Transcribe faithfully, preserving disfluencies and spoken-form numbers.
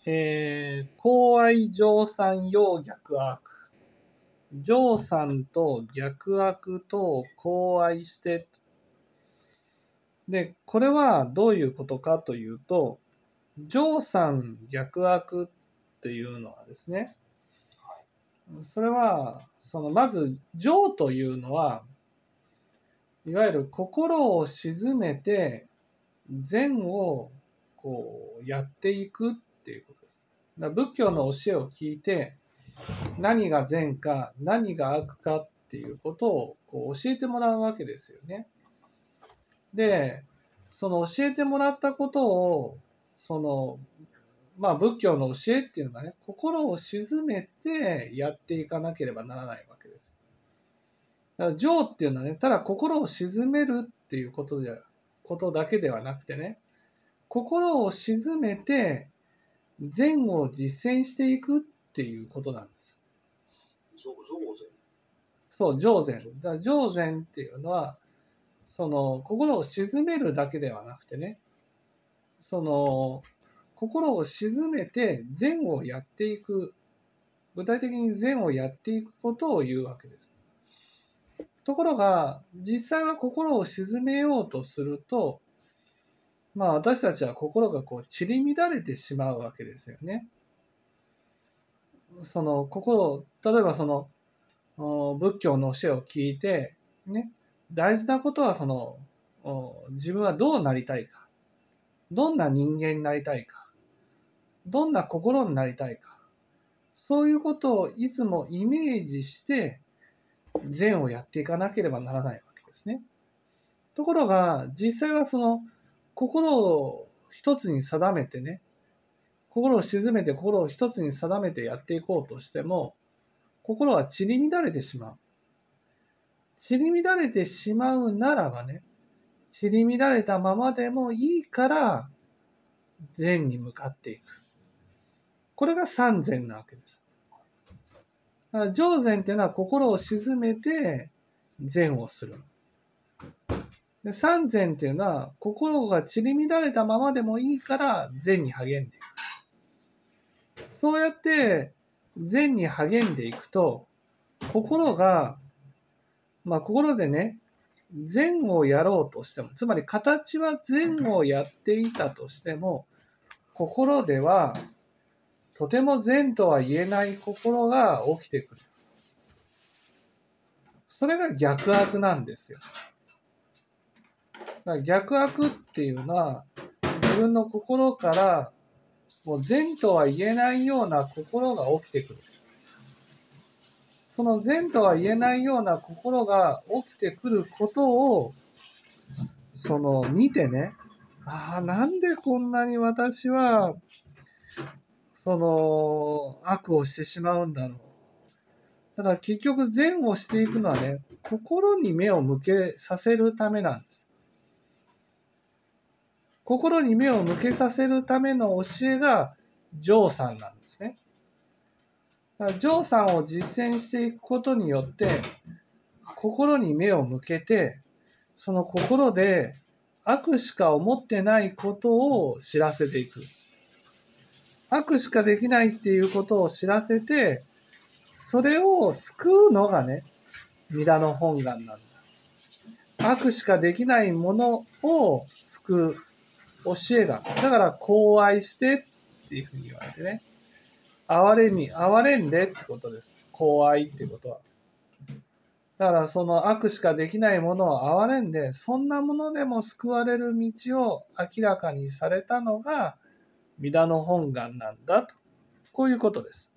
えー、公愛乗算用逆悪。乗算と逆悪と公愛して。で、これはどういうことかというと、乗算逆悪っていうのはですね、それは、そのまず乗というのは、いわゆる心を静めて善をこうやっていくっていうことです。だから仏教の教えを聞いて、何が善か何が悪かっていうことをこう教えてもらうわけですよね。で、その教えてもらったことを、そのまあ仏教の教えっていうのはね、心を静めてやっていかなければならないわけです。だから情っていうのはね、ただ心を静めるっていうことでことだけではなくてね、心を静めて善を実践していくっていうことなんです。 上善。 そう、上善。だから上善っていうのは、その心を静めるだけではなくてね、その心を静めて善をやっていく、具体的に善をやっていくことを言うわけです。ところが、実際は心を静めようとすると、まあ私たちは心がこう散り乱れてしまうわけですよね。その心、例えばその仏教の教えを聞いて、ね、大事なことはその自分はどうなりたいか、どんな人間になりたいか、どんな心になりたいか、そういうことをいつもイメージして善をやっていかなければならないわけですね。ところが実際はその心を一つに定めてね、心を静めて心を一つに定めてやっていこうとしても、心は散り乱れてしまう。散り乱れてしまうならばね、散り乱れたままでもいいから善に向かっていく。これが三善なわけです。だから上善っていうのは心を静めて善をする。で三善っていうのは心が散り乱れたままでもいいから善に励んでいく。そうやって善に励んでいくと、心が、まあ心でね、善をやろうとしても、つまり形は善をやっていたとしても、心ではとても善とは言えない心が起きてくる。それが逆悪なんですよ。だから逆悪っていうのは、自分の心からもう善とは言えないような心が起きてくる。その善とは言えないような心が起きてくることを、その見てね、ああ、なんでこんなに私は、その悪をしてしまうんだろう。ただ結局善をしていくのはね、心に目を向けさせるためなんです。心に目を向けさせるための教えが上算なんですね。上算を実践していくことによって、心に目を向けて、その心で悪しか思ってないことを知らせていく。悪しかできないっていうことを知らせて、それを救うのがね、弥陀の本願なんだ。悪しかできないものを救う教えが。だから、公愛してっていうふうに言われてね。哀れに、哀れんでってことです。公愛っていうことは。だからその悪しかできないものを哀れんで、そんなものでも救われる道を明らかにされたのが弥陀の本願なんだと。こういうことです。